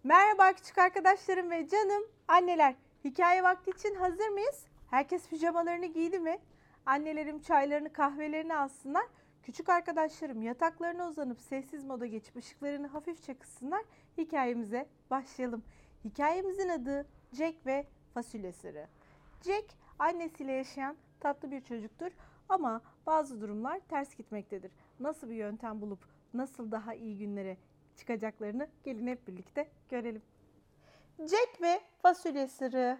Merhaba küçük arkadaşlarım ve canım anneler. Hikaye vakti için hazır mıyız? Herkes pijamalarını giydi mi? Annelerim çaylarını kahvelerini alsınlar. Küçük arkadaşlarım yataklarına uzanıp sessiz moda geçip ışıklarını hafifçe kıssınlar. Hikayemize başlayalım. Hikayemizin adı Jack ve Fasulye Sırrı. Jack annesiyle yaşayan tatlı bir çocuktur ama bazı durumlar ters gitmektedir. Nasıl bir yöntem bulup nasıl daha iyi günlere çıkacaklarını gelin hep birlikte görelim. Jack ve Fasulye Sırrı.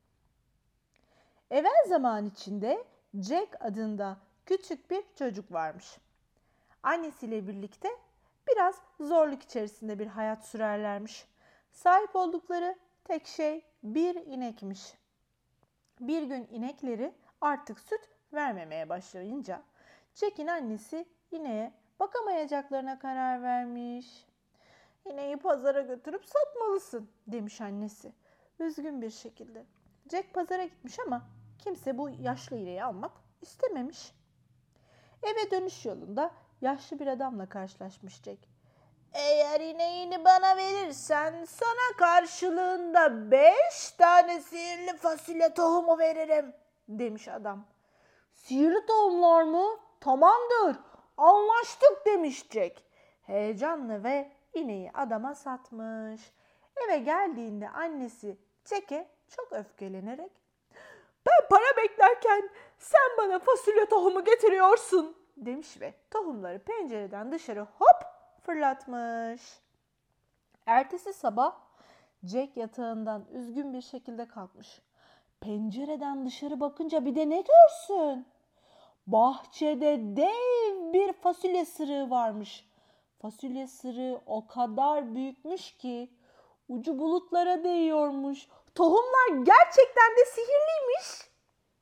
Evvel zaman içinde Jack adında küçük bir çocuk varmış. Annesiyle birlikte biraz zorluk içerisinde bir hayat sürerlermiş. Sahip oldukları tek şey bir inekmiş. Bir gün inekleri artık süt vermemeye başlayınca Jack'in annesi ineğe bakamayacaklarına karar vermiş. İneği pazara götürüp satmalısın demiş annesi. Üzgün bir şekilde. Jack pazara gitmiş ama kimse bu yaşlı ineği almak istememiş. Eve dönüş yolunda yaşlı bir adamla karşılaşmış Jack. Eğer ineğini bana verirsen sana karşılığında 5 tane sihirli fasulye tohumu veririm demiş adam. Sihirli tohumlar mı? Tamamdır, anlaştık demiş Jack. Heyecanlı ve ineği adama satmış. Eve geldiğinde annesi Jack'e çok öfkelenerek ben para beklerken sen bana fasulye tohumu getiriyorsun demiş ve tohumları pencereden dışarı hop fırlatmış. Ertesi sabah Jack yatağından üzgün bir şekilde kalkmış. Pencereden dışarı bakınca bir de ne görsün? Bahçede dev bir fasulye sırığı varmış. Fasulye sırığı o kadar büyükmüş ki ucu bulutlara değiyormuş. Tohumlar gerçekten de sihirliymiş.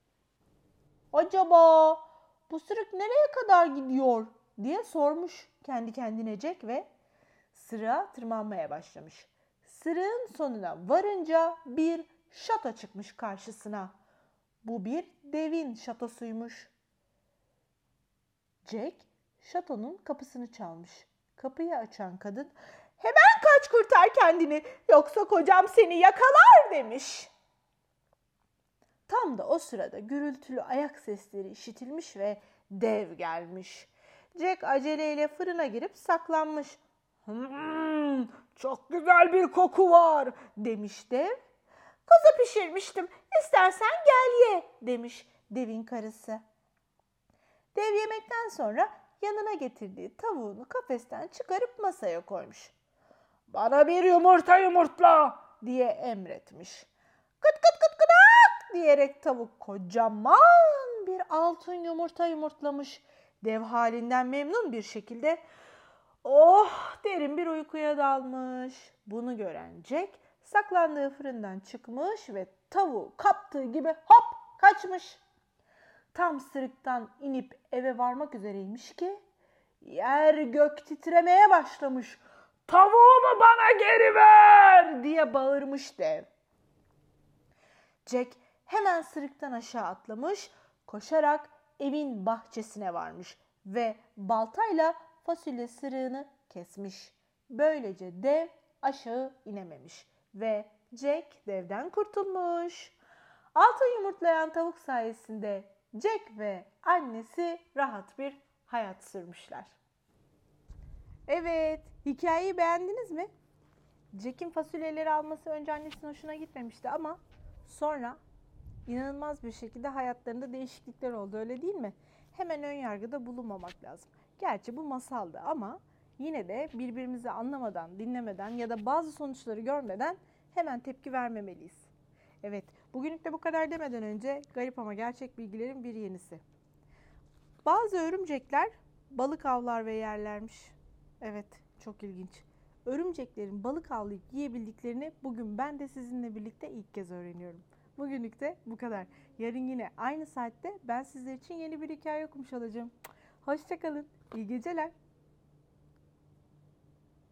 Acaba bu sırık nereye kadar gidiyor diye sormuş kendi kendine Jack ve sırığa tırmanmaya başlamış. Sırığın sonuna varınca bir şato çıkmış karşısına. Bu bir devin şatosuymuş. Jack şatonun kapısını çalmış. Kapıyı açan kadın hemen kaç kurtar kendini yoksa kocam seni yakalar demiş. Tam da o sırada gürültülü ayak sesleri işitilmiş ve dev gelmiş. Jack aceleyle fırına girip saklanmış. Çok güzel bir koku var demiş dev. Kuzu pişirmiştim, İstersen gel ye demiş devin karısı. Dev yemekten sonra yanına getirdiği tavuğunu kafesten çıkarıp masaya koymuş. Bana bir yumurta yumurtla diye emretmiş. Kıt kıt kıt kıdak diyerek tavuk kocaman bir altın yumurta yumurtlamış. Dev halinden memnun bir şekilde derin bir uykuya dalmış. Bunu gören Jack saklandığı fırından çıkmış ve tavuğu kaptığı gibi hop kaçmış. Tam sırıktan inip eve varmak üzereymiş ki yer gök titremeye başlamış. Tavuğumu bana geri ver diye bağırmış dev. Jack hemen sırıktan aşağı atlamış, koşarak evin bahçesine varmış ve baltayla fasulye sırığını kesmiş. Böylece dev aşağı inememiş ve Jack devden kurtulmuş. Altın yumurtlayan tavuk sayesinde Jack ve annesi rahat bir hayat sürmüşler. Evet, hikayeyi beğendiniz mi? Jack'in fasulyeleri alması önce annesinin hoşuna gitmemişti ama sonra inanılmaz bir şekilde hayatlarında değişiklikler oldu, öyle değil mi? Hemen ön yargıda bulunmamak lazım. Gerçi bu masaldı ama yine de birbirimizi anlamadan, dinlemeden ya da bazı sonuçları görmeden hemen tepki vermemeliyiz. Evet, bugünlük de bu kadar demeden önce garip ama gerçek bilgilerin bir yenisi. Bazı örümcekler balık avlar ve yerlermiş. Evet, çok ilginç. Örümceklerin balık avlayıp yiyebildiklerini bugün ben de sizinle birlikte ilk kez öğreniyorum. Bugünlük de bu kadar. Yarın yine aynı saatte ben sizler için yeni bir hikaye okumuş olacağım. Hoşça kalın. İyi geceler.